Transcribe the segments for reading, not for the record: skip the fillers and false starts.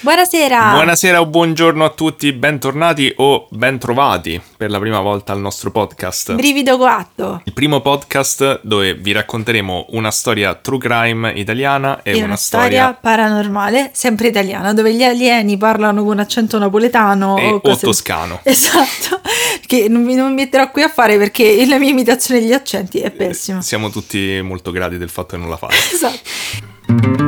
Buonasera! Buonasera o buongiorno a tutti, bentornati o bentrovati per la prima volta al nostro podcast. Brivido coatto. Il primo podcast dove vi racconteremo una storia true crime italiana e una storia paranormale, sempre italiana, dove gli alieni parlano con accento napoletano o toscano. Esatto, che non mi metterò qui a fare perché la mia imitazione degli accenti è pessima. Siamo tutti molto grati del fatto che non la fate. Esatto.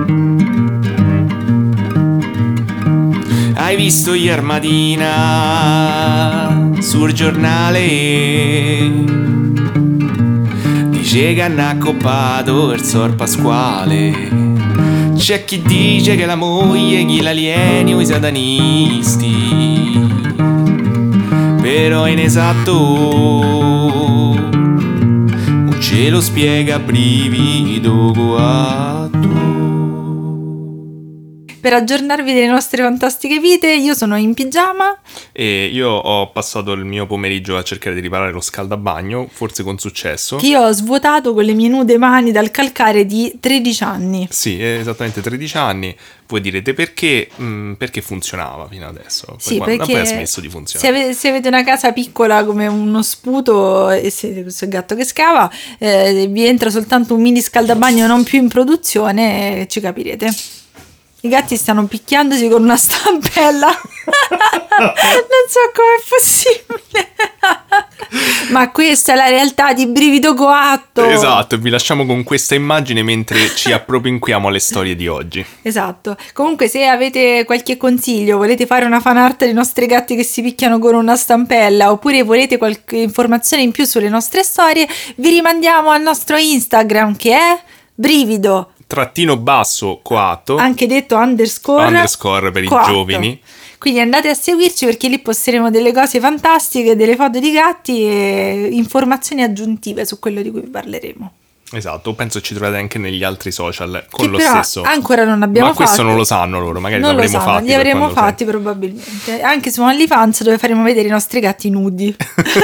Hai visto ieri mattina sul giornale? Dice che hanno accoppato il Sor Pasquale. C'è chi dice che la moglie, chi l'alieni o i satanisti. Però è inesatto, non ce lo spiega Brivido coatto. Per aggiornarvi delle nostre fantastiche vite, io sono in pigiama. E io ho passato il mio pomeriggio a cercare di riparare lo scaldabagno, forse con successo. Che io ho svuotato con le mie nude mani dal calcare di 13 anni. Sì, esattamente 13 anni. Voi direte perché? Perché funzionava fino adesso. Poi Sì, poi perché ha smesso di funzionare. se avete una casa piccola come uno sputo e siete questo gatto che scava, vi entra soltanto un mini scaldabagno non più in produzione, ci capirete. I gatti stanno picchiandosi con una stampella. Non so com'è possibile. Ma questa è la realtà di Brivido coatto. Esatto, vi lasciamo con questa immagine mentre ci appropinquiamo alle storie di oggi. Esatto. Comunque, se avete qualche consiglio, volete fare una fan art dei nostri gatti che si picchiano con una stampella, oppure volete qualche informazione in più sulle nostre storie, vi rimandiamo al nostro Instagram, che è Brivido _ coatto, anche detto underscore per coatto. I giovani. Quindi andate a seguirci perché lì posteremo delle cose fantastiche, delle foto di gatti e informazioni aggiuntive su quello di cui parleremo. Esatto, penso ci trovate anche negli altri social con Che lo però stesso. ancora non abbiamo fatto. Ma questo fatto. non lo sanno loro, magari non l'avremo lo sanno, fatti. Li avremo fatti probabilmente. Anche su OnlyFans dove faremo vedere i nostri gatti nudi.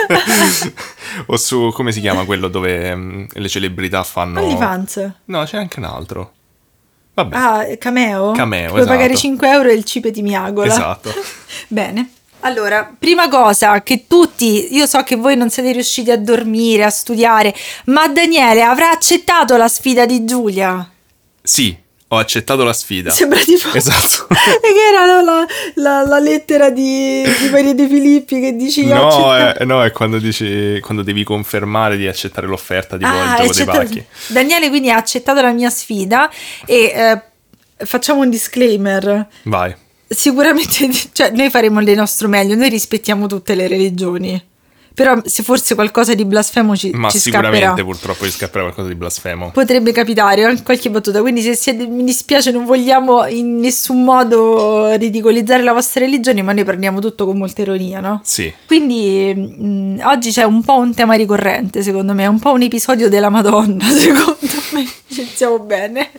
O su, come si chiama quello dove le celebrità fanno... OnlyFans? No, c'è anche un altro. Vabbè. Ah, Cameo? Cameo, Puoi esatto. pagare 5 euro e il cipe ti miagola. Esatto. Bene. Allora, prima cosa che tutti, io so che voi non siete riusciti a dormire, a studiare, ma Daniele avrà accettato la sfida di Giulia? Sì, ho accettato la sfida. Sembra tipo... Esatto. E che era la lettera di Maria De Filippi che dici... No, è quando dici, quando devi confermare di accettare l'offerta tipo il gioco dei pacchi. Daniele quindi ha accettato la mia sfida e facciamo un disclaimer. Vai. Sicuramente, cioè, noi faremo del nostro meglio, noi rispettiamo tutte le religioni, però se forse qualcosa di blasfemo ci sicuramente scapperà. Purtroppo ci scapperà qualcosa di blasfemo. Potrebbe capitare anche qualche battuta, quindi mi dispiace, non vogliamo in nessun modo ridicolizzare la vostra religione, ma noi prendiamo tutto con molta ironia, no? Sì. Quindi oggi c'è un po' un tema ricorrente, secondo me, è un po' un episodio della Madonna, secondo me, ci siamo bene.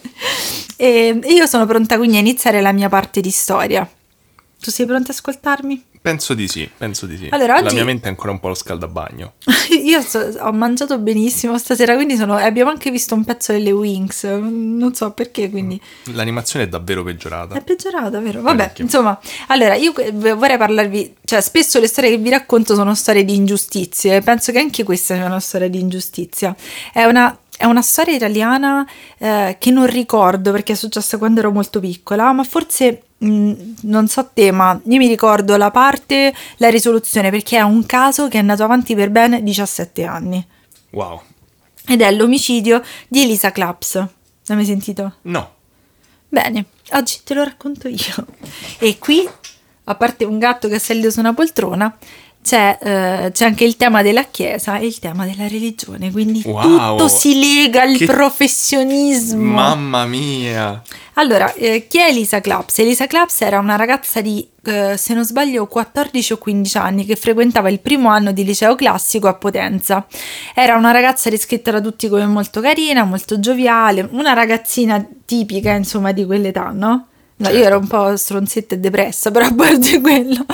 E io sono pronta quindi a iniziare la mia parte di storia. Tu sei pronta ad ascoltarmi? Penso di sì. Allora, oggi... La mia mente è ancora un po' lo scaldabagno. Io ho mangiato benissimo stasera, quindi abbiamo anche visto un pezzo delle Wings, non so perché, quindi... L'animazione è davvero peggiorata. È peggiorata, vero? Vabbè, Parecchio. insomma, allora io vorrei parlarvi, cioè spesso le storie che vi racconto sono storie di ingiustizie, penso che anche questa sia una storia di ingiustizia. È una storia italiana che non ricordo perché è successa quando ero molto piccola, ma forse... non so te, ma io mi ricordo la risoluzione perché è un caso che è andato avanti per ben 17 anni. Wow. Ed è l'omicidio di Elisa Claps. L'hai mai sentito? No. Bene, oggi te lo racconto io. E qui, a parte un gatto che è salito su una poltrona, c'è anche il tema della chiesa e il tema della religione, quindi tutto si lega al professionismo. Mamma mia! Allora, chi è Elisa Claps? Elisa Claps era una ragazza di, se non sbaglio, 14 o 15 anni che frequentava il primo anno di liceo classico a Potenza. Era una ragazza descritta da tutti come molto carina, molto gioviale, una ragazzina tipica, insomma, di quell'età, no? No, io ero un po' stronzetta e depressa, però a parte quello.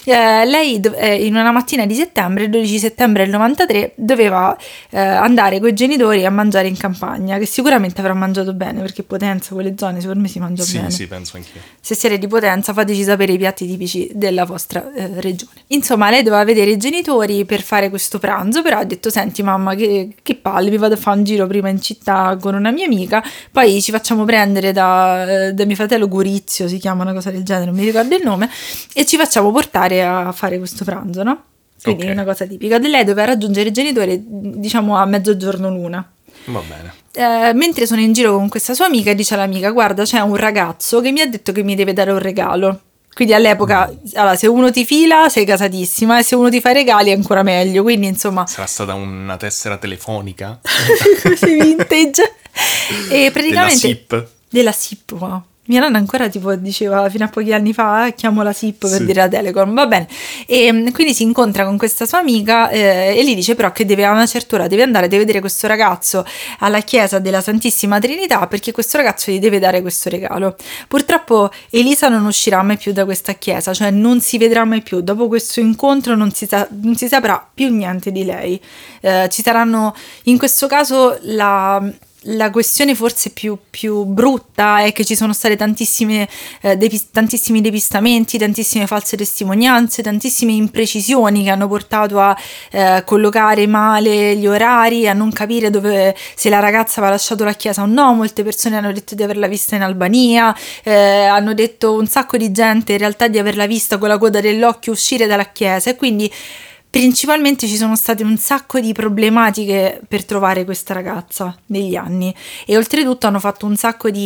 lei in una mattina di settembre, il 12 settembre del 93, doveva andare con i genitori a mangiare in campagna, che sicuramente avrà mangiato bene, perché Potenza, quelle zone, secondo me si mangia bene. Sì, penso anch'io. Se siete di Potenza, fateci sapere i piatti tipici della vostra regione. Insomma, lei doveva vedere i genitori per fare questo pranzo, però ha detto: senti mamma, che palle, mi vado a fare un giro prima in città con una mia amica, poi ci facciamo prendere da mio fratello Gurizio, si chiama, una cosa del genere, non mi ricordo il nome, e ci facciamo portare a fare questo pranzo, no? Quindi una cosa tipica. Lei doveva raggiungere i genitori, diciamo, a mezzogiorno l'una. Va bene. Mentre sono in giro con questa sua amica, dice all'amica: guarda, c'è un ragazzo che mi ha detto che mi deve dare un regalo. Quindi all'epoca, allora, se uno ti fila sei casatissima, e se uno ti fa i regali è ancora meglio. Quindi insomma, sarà stata una tessera telefonica così vintage. E praticamente della SIP, wow. Mia nonna ancora tipo diceva fino a pochi anni fa: chiamo la SIP per dire la Telecom, va bene. E quindi si incontra con questa sua amica e gli dice però che a una certa ora deve andare, deve vedere questo ragazzo alla chiesa della Santissima Trinità, perché questo ragazzo gli deve dare questo regalo. Purtroppo Elisa non uscirà mai più da questa chiesa, cioè non si vedrà mai più. Dopo questo incontro non si saprà più niente di lei. Ci saranno, in questo caso, la questione forse più brutta è che ci sono state tantissimi depistamenti, tantissime false testimonianze, tantissime imprecisioni che hanno portato a collocare male gli orari, a non capire se la ragazza aveva lasciato la chiesa o no. Molte persone hanno detto di averla vista in Albania, hanno detto un sacco di gente in realtà di averla vista con la coda dell'occhio uscire dalla chiesa, e quindi principalmente ci sono state un sacco di problematiche per trovare questa ragazza negli anni, e oltretutto hanno fatto un sacco di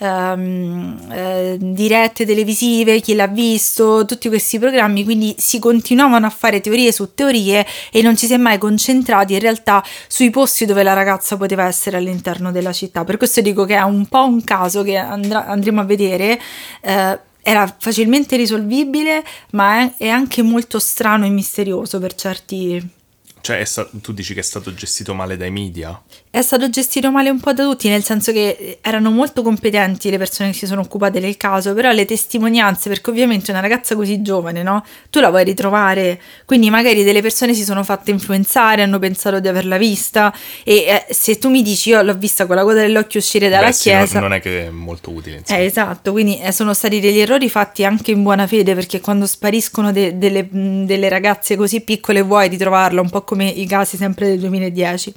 dirette televisive, chi l'ha visto, tutti questi programmi, quindi si continuavano a fare teorie su teorie e non ci si è mai concentrati in realtà sui posti dove la ragazza poteva essere all'interno della città. Per questo dico che è un po' un caso che andremo a vedere. Era facilmente risolvibile, ma è anche molto strano e misterioso per certi. Cioè, tu dici che è stato gestito male dai media? È stato gestito male un po' da tutti, nel senso che erano molto competenti le persone che si sono occupate del caso, però le testimonianze, perché ovviamente una ragazza così giovane, no? Tu la vuoi ritrovare, quindi magari delle persone si sono fatte influenzare, hanno pensato di averla vista, e se tu mi dici io l'ho vista con la coda dell'occhio uscire dalla chiesa, non è che è molto utile, insomma. Esatto, quindi sono stati degli errori fatti anche in buona fede, perché quando spariscono delle ragazze così piccole vuoi ritrovarla, un po' come i casi sempre del 2010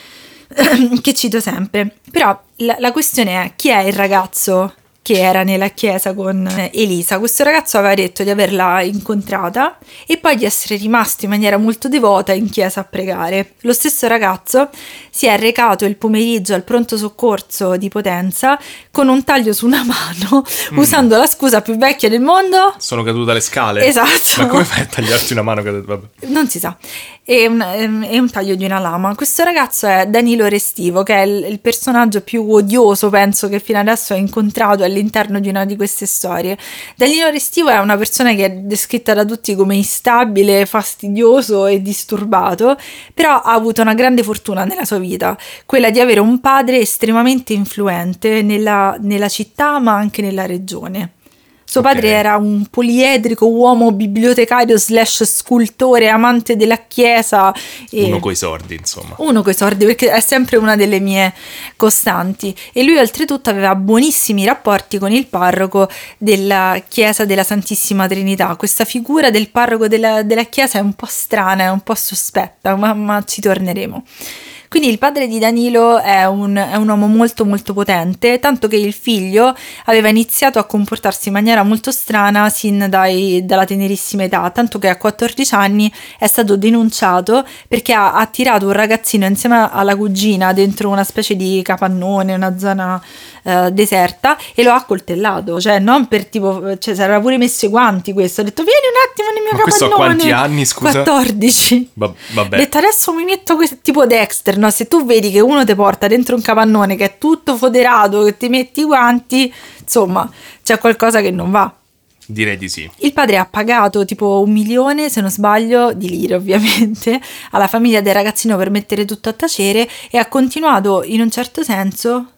che cito sempre. Però la questione è: chi è il ragazzo che era nella chiesa con Elisa? Questo ragazzo aveva detto di averla incontrata e poi di essere rimasto in maniera molto devota in chiesa a pregare. Lo stesso ragazzo si è recato il pomeriggio al pronto soccorso di Potenza con un taglio su una mano, usando la scusa più vecchia del mondo: sono caduto dalle scale. Esatto. Ma come fai a tagliarti una mano? Vabbè. Non si sa. È un taglio di una lama. Questo ragazzo è Danilo Restivo, che è il personaggio più odioso, penso, che fino adesso ho incontrato all'interno di una di queste storie. Danilo Restivo è una persona che è descritta da tutti come instabile, fastidioso e disturbato, però ha avuto una grande fortuna nella sua vita, quella di avere un padre estremamente influente nella città, ma anche nella regione. Suo padre era un poliedrico uomo bibliotecario / scultore, amante della chiesa. Uno coi sordi, insomma. Uno coi sordi, perché è sempre una delle mie costanti. E lui oltretutto aveva buonissimi rapporti con il parroco della chiesa della Santissima Trinità. Questa figura del parroco della chiesa è un po' strana, è un po' sospetta, ma ci torneremo. Quindi il padre di Danilo è un uomo molto molto potente, tanto che il figlio aveva iniziato a comportarsi in maniera molto strana sin dalla tenerissima età, tanto che a 14 anni è stato denunciato perché ha tirato un ragazzino insieme alla cugina dentro una specie di capannone, una zona deserta, e lo ha accoltellato, cioè non per tipo, cioè si era pure messo i guanti. Questo ha detto: vieni un attimo nel mio capannone. Questo a quanti anni, scusa? 14. Vabbè. Ha detto: adesso mi metto tipo Dexter, no? Se tu vedi che uno ti porta dentro un capannone che è tutto foderato, che ti metti i guanti, insomma c'è qualcosa che non va. Direi di sì. Il padre ha pagato tipo 1 milione, se non sbaglio, di lire ovviamente, alla famiglia del ragazzino per mettere tutto a tacere, e ha continuato in un certo senso.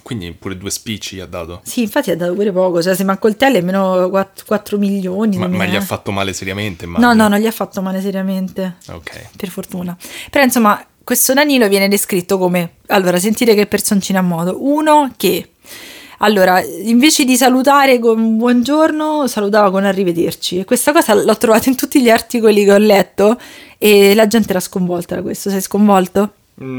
Quindi pure 2 spicci gli ha dato. Sì, infatti ha dato pure poco, cioè se mi accoltelli almeno 4 milioni. Ma gli ha fatto male seriamente? No, non gli ha fatto male seriamente. Ok. Per fortuna. Però insomma, questo Danilo viene descritto come, allora, sentite che personcina a modo. Uno che, allora, invece di salutare con buongiorno, salutava con arrivederci. E questa cosa l'ho trovata in tutti gli articoli che ho letto e la gente era sconvolta da questo. Sei sconvolto?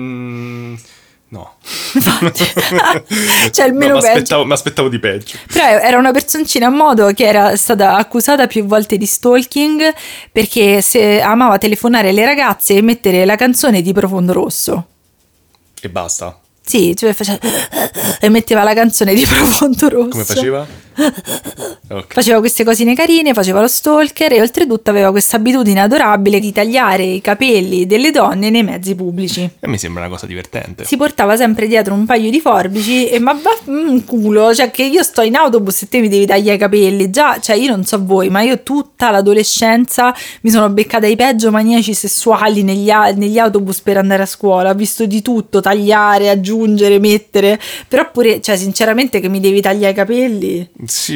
No. Infatti. Cioè almeno peggio. Mi aspettavo di peggio. Però era una personcina a modo che era stata accusata più volte di stalking perché amava telefonare alle ragazze e mettere la canzone di Profondo Rosso. E basta. Sì, cioè faceva e metteva la canzone di Profondo Rosso. Come faceva? Okay. Faceva queste cosine carine, faceva lo stalker e oltretutto aveva questa abitudine adorabile di tagliare i capelli delle donne nei mezzi pubblici. E mi sembra una cosa divertente. Si portava sempre dietro un paio di forbici e ma va un culo, cioè che io sto in autobus e te mi devi tagliare i capelli. Già, cioè io non so voi, ma io tutta l'adolescenza mi sono beccata i peggio maniaci sessuali negli autobus per andare a scuola. Ho visto di tutto, tagliare, aggiungere, mettere, però pure, cioè sinceramente che mi devi tagliare i capelli.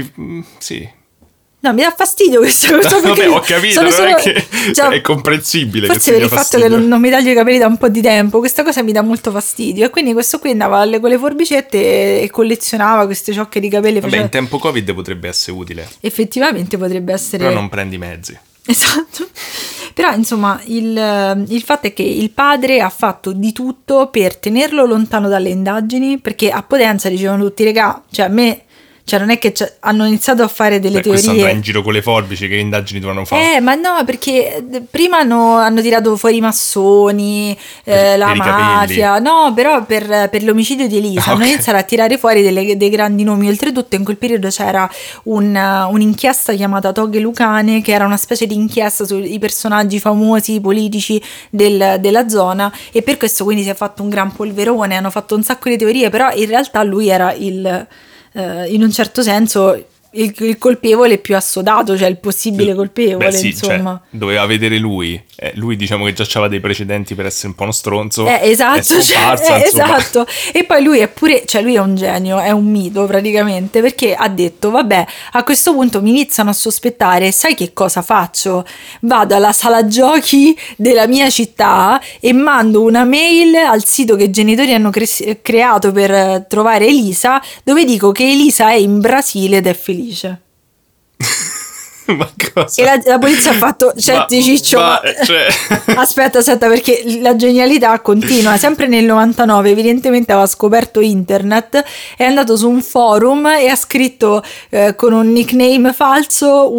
Sì. No, mi dà fastidio questa cosa. Vabbè, ho capito, non è che è comprensibile. Forse che per il fatto che non mi taglio i capelli da un po' di tempo, questa cosa mi dà molto fastidio. E quindi questo qui andava con le forbicette e collezionava queste ciocche di capelli. Vabbè, in tempo Covid potrebbe essere utile. Effettivamente potrebbe essere. Però non prendi mezzi. Esatto. Però insomma il fatto è che il padre ha fatto di tutto per tenerlo lontano dalle indagini, perché a Potenza dicevano tutti, regà, cioè a me, cioè non è che hanno iniziato a fare delle teorie. Questo andrà in giro con le forbici, che indagini dovranno fare? Ma no, perché prima hanno tirato fuori i massoni, la per mafia, no, però per l'omicidio di Elisa hanno iniziato a tirare fuori dei grandi nomi. Oltretutto in quel periodo c'era un'inchiesta chiamata Toghe Lucane, che era una specie di inchiesta sui personaggi famosi, politici della zona, e per questo quindi si è fatto un gran polverone, hanno fatto un sacco di teorie, però in realtà lui era in un certo senso il colpevole più assodato, cioè il possibile colpevole. Beh, sì, insomma, cioè, doveva vedere lui. Lui diciamo che già aveva dei precedenti per essere un po' uno stronzo. Esatto, è scomparsa, esatto. E poi lui è pure, cioè lui è un genio, è un mito praticamente, perché ha detto vabbè, a questo punto mi iniziano a sospettare, sai che cosa faccio? Vado alla sala giochi della mia città e mando una mail al sito che i genitori hanno creato per trovare Elisa, dove dico che Elisa è in Brasile ed è felice. Ma cosa? E la polizia ha fatto ciccio. Cioè... aspetta, perché la genialità continua. Sempre nel 99 evidentemente aveva scoperto internet, è andato su un forum e ha scritto con un nickname falso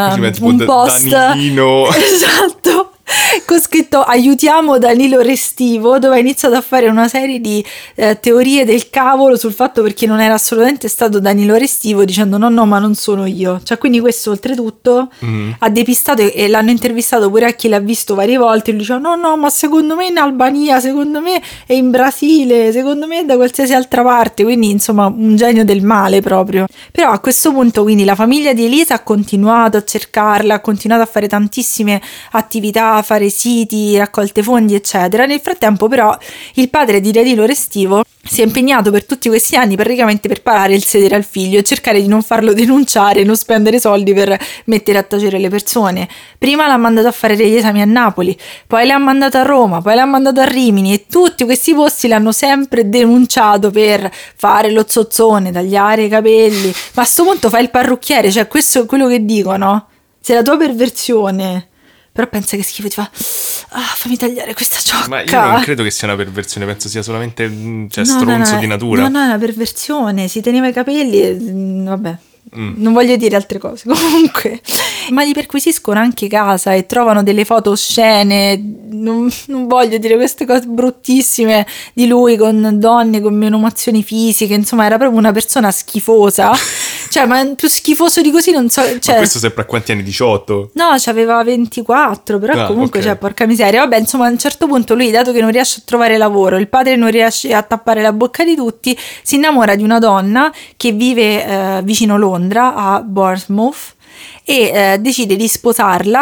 un post Danilo. Esatto, con scritto aiutiamo Danilo Restivo, dove ha iniziato a fare una serie di teorie del cavolo sul fatto perché non era assolutamente stato Danilo Restivo, dicendo no ma non sono io, cioè quindi questo oltretutto ha depistato e l'hanno intervistato pure a chi l'ha visto varie volte e lui diceva no ma secondo me è in Albania, secondo me è in Brasile, secondo me è da qualsiasi altra parte, quindi insomma un genio del male proprio. Però a questo punto quindi la famiglia di Elisa ha continuato a cercarla, ha continuato a fare tantissime attività, a fare siti, raccolte fondi eccetera. Nel frattempo però il padre di Danilo Restivo si è impegnato per tutti questi anni praticamente per parare il sedere al figlio e cercare di non farlo denunciare, non spendere soldi per mettere a tacere le persone. Prima l'ha mandato a fare degli esami a Napoli, poi l'ha mandato a Roma, poi l'ha mandato a Rimini e tutti questi posti l'hanno sempre denunciato per fare lo zozzone, tagliare i capelli. Ma a sto punto fai il parrucchiere, cioè questo è quello che dicono. Se la tua perversione, però pensa che schifo, ti fa fammi tagliare questa ciocca. Ma io non credo che sia una perversione, penso sia solamente stronzo di natura. No, è una perversione, si teneva i capelli e, vabbè. Non voglio dire altre cose comunque, ma gli perquisiscono anche casa e trovano delle foto oscene, non voglio dire queste cose bruttissime di lui con donne con menomazioni fisiche, insomma era proprio una persona schifosa, cioè ma più schifoso di così non so, cioè... Ma questo sempre a quanti anni? 18? No, c'aveva 24, però comunque okay. Cioè porca miseria, vabbè insomma a un certo punto lui, dato che non riesce a trovare lavoro, il padre non riesce a tappare la bocca di tutti, si innamora di una donna che vive vicino Londra, a Bournemouth, e decide di sposarla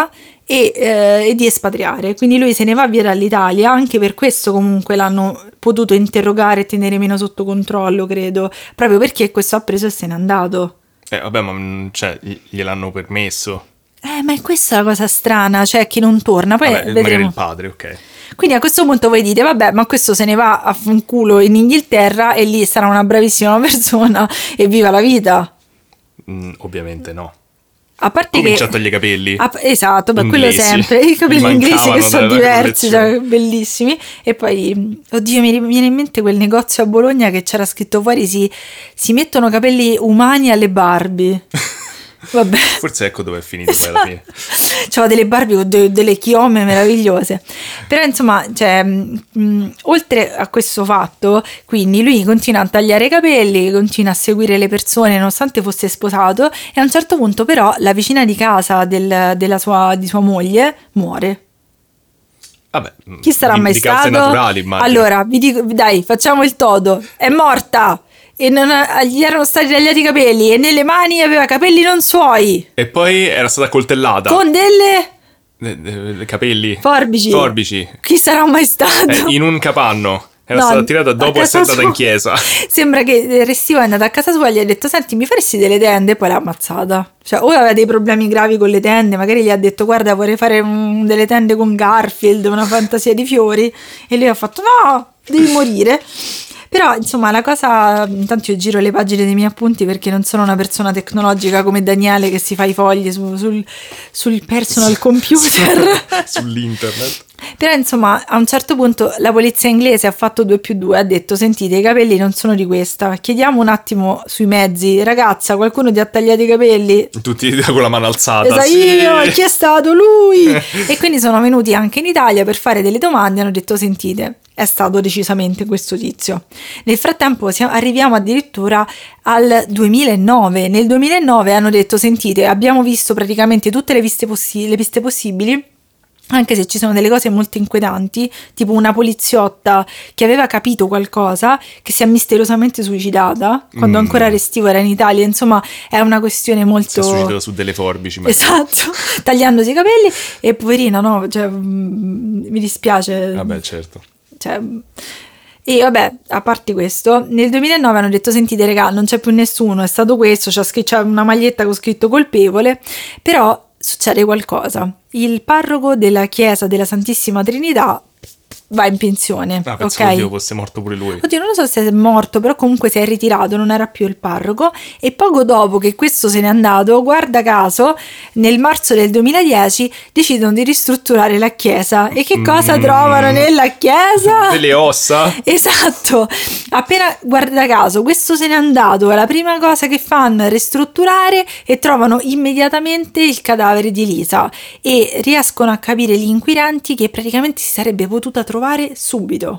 e di espatriare. Quindi lui se ne va via dall'Italia, anche per questo comunque l'hanno potuto interrogare e tenere meno sotto controllo, credo, proprio perché questo ha preso e se n'è andato. Vabbè, ma cioè, gliel'hanno permesso. Ma è questa la cosa strana, cioè chi non torna, poi Vabbè, vedremo. magari il padre, ok. Quindi a questo punto voi dite, vabbè, ma questo se ne va a fanculo in Inghilterra e lì sarà una bravissima persona e viva la vita. Ovviamente no. A parte Comincia che a togliere i capelli. Esatto, beh, quello Inglesi. sempre. I capelli Mi inglesi che mancavano sono dalla diversi, cioè, collezione. bellissimi. E poi, oddio, mi viene in mente quel negozio a Bologna che c'era scritto fuori: si mettono capelli umani alle Barbie. Vabbè. Forse ecco dove è finito poi alla fine. C'aveva delle Barbie con delle chiome meravigliose. Però insomma, cioè, oltre a questo fatto, quindi lui continua a tagliare i capelli, continua a seguire le persone nonostante fosse sposato, e a un certo punto però la vicina di casa di sua moglie muore. Vabbè, Chi sarà mai di cause stato? naturali, immagino. Allora, vi dico, dai, facciamo il todo. È morta! E gli erano stati tagliati i capelli e nelle mani aveva capelli non suoi. E poi era stata coltellata. Con delle capelli. forbici. Chi sarà mai stato? In un capanno. Era No, stata tirata dopo a essere casa andata sua. in chiesa. Sembra che Restivo è andato a casa sua e gli ha detto: senti, mi faresti delle tende? E poi l'ha ammazzata. Cioè, o aveva dei problemi gravi con le tende, magari gli ha detto: guarda, vorrei fare delle tende con Garfield, una fantasia di fiori. E lui ha fatto: no, devi morire. Però, insomma, la cosa... Intanto io giro le pagine dei miei appunti perché non sono una persona tecnologica come Daniele che si fa i fogli sul personal computer. Sull'internet. Però, insomma, a un certo punto la polizia inglese ha fatto 2+2, ha detto: sentite, i capelli non sono di questa, chiediamo un attimo sui mezzi, ragazza, qualcuno ti ha tagliato i capelli? Tutti con la mano alzata. Esatto, Sì. io, chi è stato lui? E quindi sono venuti anche in Italia per fare delle domande e hanno detto: sentite, è stato decisamente questo tizio. Nel frattempo arriviamo addirittura al 2009. Nel 2009 hanno detto: sentite, abbiamo visto praticamente tutte le piste possibili, anche se ci sono delle cose molto inquietanti, tipo una poliziotta che aveva capito qualcosa, che si è misteriosamente suicidata quando ancora Restivo era in Italia. Insomma, è una questione molto... Si è suicidato su delle forbici. Esatto, tagliandosi i capelli. E poverina, no, cioè, mi dispiace. Vabbè, certo. Cioè, e vabbè, a parte questo, nel 2009 hanno detto: sentite regà, non c'è più nessuno, è stato questo, c'è una maglietta con scritto colpevole. Però succede qualcosa. Il parroco della chiesa della Santissima Trinità va in pensione. Pensavo ok? Dio fosse morto pure lui. Oddio, non lo so se è morto, però comunque si è ritirato, non era più il parroco. E poco dopo che questo se n'è andato, guarda caso, nel marzo del 2010 decidono di ristrutturare la chiesa. E che cosa trovano nella chiesa? Delle ossa? Esatto, appena, guarda caso, questo se n'è andato, la prima cosa che fanno è ristrutturare e trovano immediatamente il cadavere di Elisa e riescono a capire gli inquirenti che praticamente si sarebbe potuta trovare subito.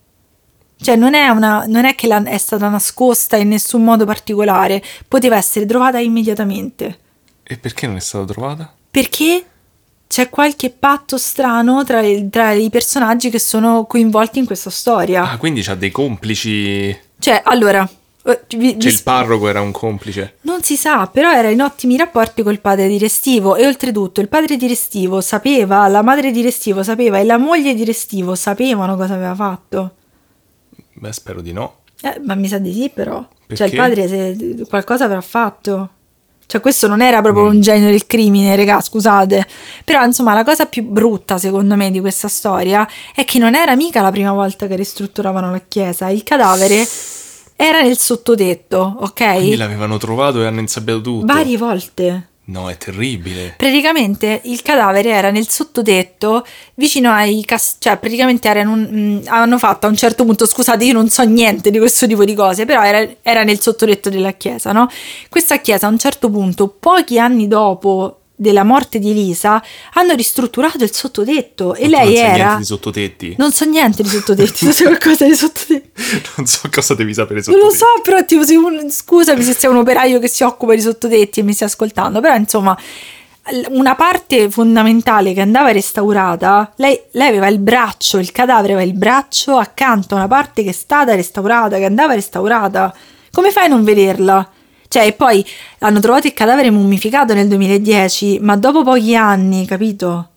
Cioè non è che è stata nascosta in nessun modo particolare, poteva essere trovata immediatamente. E perché non è stata trovata? Perché c'è qualche patto strano tra i personaggi che sono coinvolti in questa storia. Ah, quindi c'ha dei complici. Cioè, allora... il parroco era un complice. Non si sa, però era in ottimi rapporti col padre di Restivo e oltretutto il padre di Restivo sapeva, la madre di Restivo sapeva e la moglie di Restivo sapevano cosa aveva fatto. Beh, spero di no. Ma mi sa di sì però. Perché? Cioè il padre se qualcosa avrà fatto. Cioè questo non era proprio un genio del crimine, regà, scusate. Però insomma la cosa più brutta secondo me di questa storia è che non era mica la prima volta che ristrutturavano la chiesa. Il cadavere era nel sottotetto, ok? Quindi l'avevano trovato e hanno insabbiato tutto. Varie volte. No, è terribile. Praticamente il cadavere era nel sottotetto vicino ai cioè praticamente hanno fatto a un certo punto, scusate, io non so niente di questo tipo di cose, però era nel sottotetto della chiesa, no? Questa chiesa a un certo punto, pochi anni dopo della morte di Elisa, hanno ristrutturato il sottotetto e lei non sai era... niente di sottotetti. Non so niente di sottotetti, non so qualcosa di sottotetti. Non so cosa devi sapere Non sottotetti. lo so, però tipo, scusami se sei un operaio che si occupa di sottotetti e mi stai ascoltando, però insomma una parte fondamentale che andava restaurata, lei aveva il braccio, il cadavere aveva il braccio accanto a una parte che è stata restaurata, che andava restaurata. Come fai a non vederla? Cioè, e poi hanno trovato il cadavere mummificato nel 2010, ma dopo pochi anni, capito?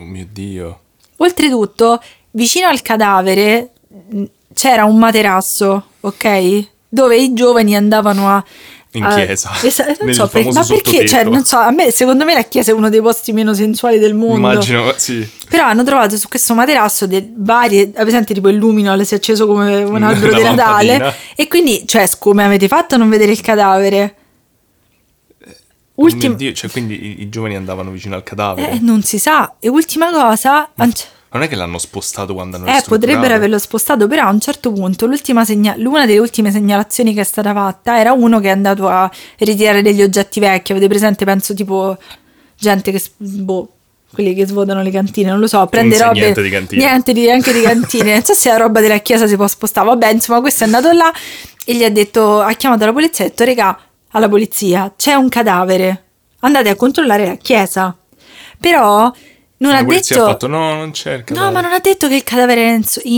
Oh mio Dio. Oltretutto, vicino al cadavere c'era un materasso, ok? Dove i giovani andavano In chiesa. Non Nel so, famoso ma perché? Cioè, sottotetto. non so, secondo me la chiesa è uno dei posti meno sensuali del mondo. Immagino, sì. Però hanno trovato su questo materasso varie, hai presente, tipo il luminol si è acceso come un albero Una di Natale. lampadina. E quindi, cioè, come avete fatto a non vedere il cadavere? Oh mio Dio, cioè quindi i giovani andavano vicino al cadavere. Non si sa. E ultima cosa, Non è che l'hanno spostato quando hanno ristrutturato? potrebbero averlo spostato, però a un certo punto una delle ultime segnalazioni che è stata fatta era uno che è andato a ritirare degli oggetti vecchi. Avete presente, penso, tipo gente che quelli che svuotano le cantine, non lo so, prende Non sa robe, niente di cantine. anche di cantine, non so se la roba della chiesa si può spostare. Vabbè, insomma, questo è andato là e gli ha detto, ha chiamato la polizia e ha detto: regà, alla polizia, c'è un cadavere, andate a controllare la chiesa. Però non La ha polizia detto, ha fatto, no, non c'è il cadavere. no, ma non ha detto che il cadavere era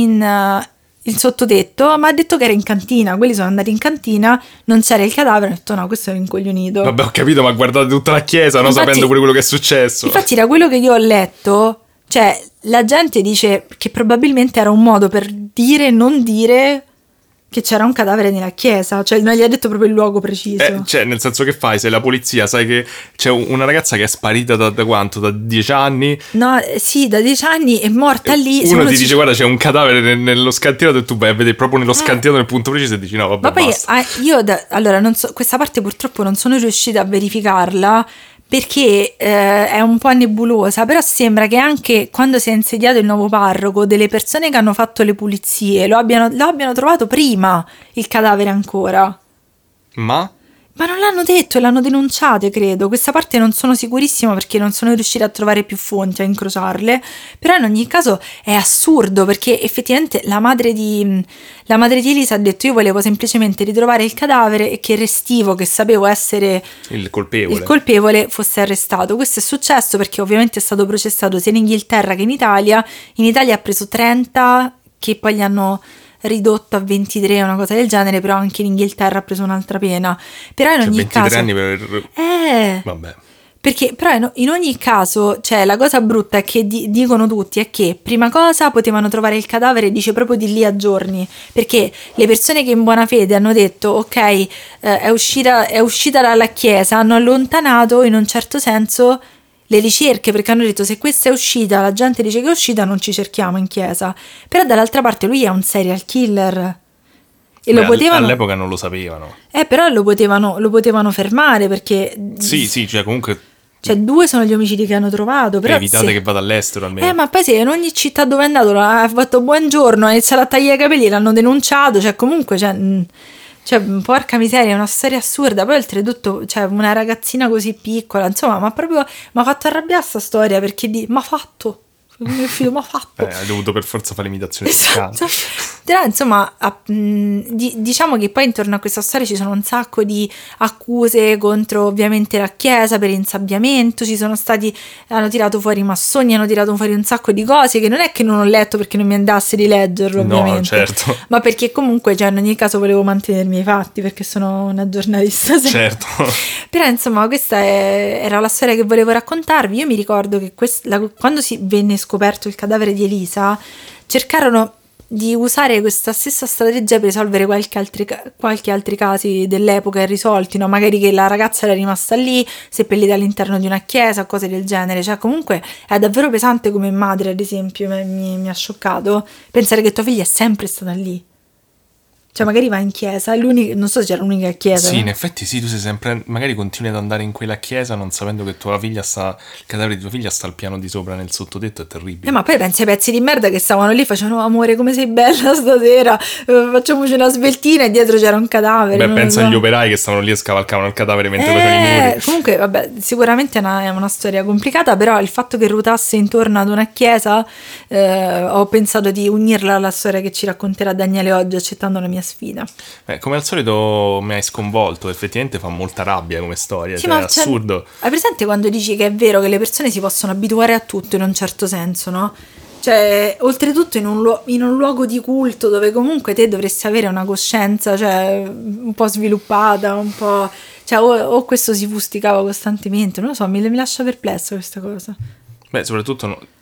in sottotetto, ma ha detto che era in cantina. Quelli sono andati in cantina, non c'era il cadavere, ha detto no, questo è un incoglionito. Vabbè, ho capito, ma guardate tutta la chiesa, no? Infatti- Sapendo pure quello che è successo. Infatti, da quello che io ho letto, cioè, la gente dice che probabilmente era un modo per dire e non dire che c'era un cadavere nella chiesa, cioè non gli ha detto proprio il luogo preciso. Cioè, nel senso, che fai? Sei la polizia, sai che c'è una ragazza che è sparita da quanto? Da 10 anni? No, sì, da 10 anni è morta lì. se Uno uno ti ci- dice, guarda, c'è un cadavere nello scantinato e tu vai a vedere proprio nello scantinato, nel punto preciso, e dici no, vabbè, Ma poi basta. io allora non so, questa parte purtroppo non sono riuscita a verificarla perché è un po' nebulosa, però sembra che anche quando si è insediato il nuovo parroco, delle persone che hanno fatto le pulizie lo abbiano trovato prima il cadavere ancora. Ma? Ma non l'hanno detto e l'hanno denunciate, credo. Questa parte non sono sicurissima perché non sono riuscita a trovare più fonti, a incrociarle. Però in ogni caso è assurdo perché effettivamente la madre di Elisa ha detto: io volevo semplicemente ritrovare il cadavere e che il restivo, che sapevo essere Il colpevole. il colpevole, fosse arrestato. Questo è successo perché ovviamente è stato processato sia in Inghilterra che in Italia. In Italia ha preso 30, che poi gli hanno ridotto a 23, una cosa del genere, però anche in Inghilterra ha preso un'altra pena. Però in Cioè, ogni 23 caso anni per... Vabbè. perché però in ogni caso, cioè, la cosa brutta è che dicono tutti è che prima cosa potevano trovare il cadavere, dice proprio di lì a giorni, perché le persone che in buona fede hanno detto ok, è uscita dalla chiesa, hanno allontanato in un certo senso le ricerche, perché hanno detto se questa è uscita, la gente dice che è uscita, non ci cerchiamo in chiesa. Però dall'altra parte lui è un serial killer e lo Beh, potevano all'epoca non lo sapevano. però lo potevano fermare perché Sì, cioè comunque cioè 2 sono gli omicidi che hanno trovato, però evitate se- che vada all'estero almeno. ma poi se in ogni città dove è andato ha fatto buongiorno, ha iniziato a tagliare i capelli, l'hanno denunciato, cioè comunque porca miseria, è una storia assurda. Poi oltretutto cioè una ragazzina così piccola, insomma, ma proprio mi ha fatto arrabbiare sta storia perché m'ha fatto mio figlio m'ha fatto Hai dovuto per forza fare l'imitazione esatto. toccante. Però insomma diciamo che poi intorno a questa storia ci sono un sacco di accuse contro ovviamente la chiesa per insabbiamento, hanno tirato fuori i massoni, hanno tirato fuori un sacco di cose che non è che non ho letto perché non mi andasse di leggerlo No, ovviamente, certo. ma perché comunque cioè, in ogni caso volevo mantenermi ai fatti perché sono una giornalista Certo. però insomma questa era la storia che volevo raccontarvi. Io mi ricordo che quando si venne scoperto il cadavere di Elisa cercarono di usare questa stessa strategia per risolvere qualche altri casi dell'epoca irrisolti, no? Magari che la ragazza era rimasta lì seppellita all'interno di una chiesa, cose del genere. Cioè comunque è davvero pesante come madre, ad esempio mi ha scioccato pensare che tua figlia è sempre stata lì. Cioè magari va in chiesa, è non so se c'era l'unica chiesa. Sì, in effetti sì, tu sei sempre... Magari continui ad andare in quella chiesa non sapendo che il cadavere di tua figlia sta al piano di sopra nel sottotetto, è terribile. Ma poi pensi ai pezzi di merda che stavano lì, facevano amore come sei bella stasera, facciamoci una sveltina e dietro c'era un cadavere. Beh, non lo pensa so. agli operai che stavano lì e scavalcavano il cadavere mentre facevano i muri. Comunque, vabbè, sicuramente è una storia complicata, però il fatto che ruotasse intorno ad una chiesa, ho pensato di unirla alla storia che ci racconterà Daniele oggi, accettando la mia sfida. Come al solito mi hai sconvolto, effettivamente fa molta rabbia come storia, Sì, cioè, ma è assurdo. hai presente quando dici che è vero che le persone si possono abituare a tutto in un certo senso, no? Cioè, oltretutto in un luogo di culto dove comunque te dovresti avere una coscienza, cioè, un po' sviluppata, un po'... Cioè, o questo si fusticava costantemente, non lo so, mi lascia perplesso questa cosa. Beh, soprattutto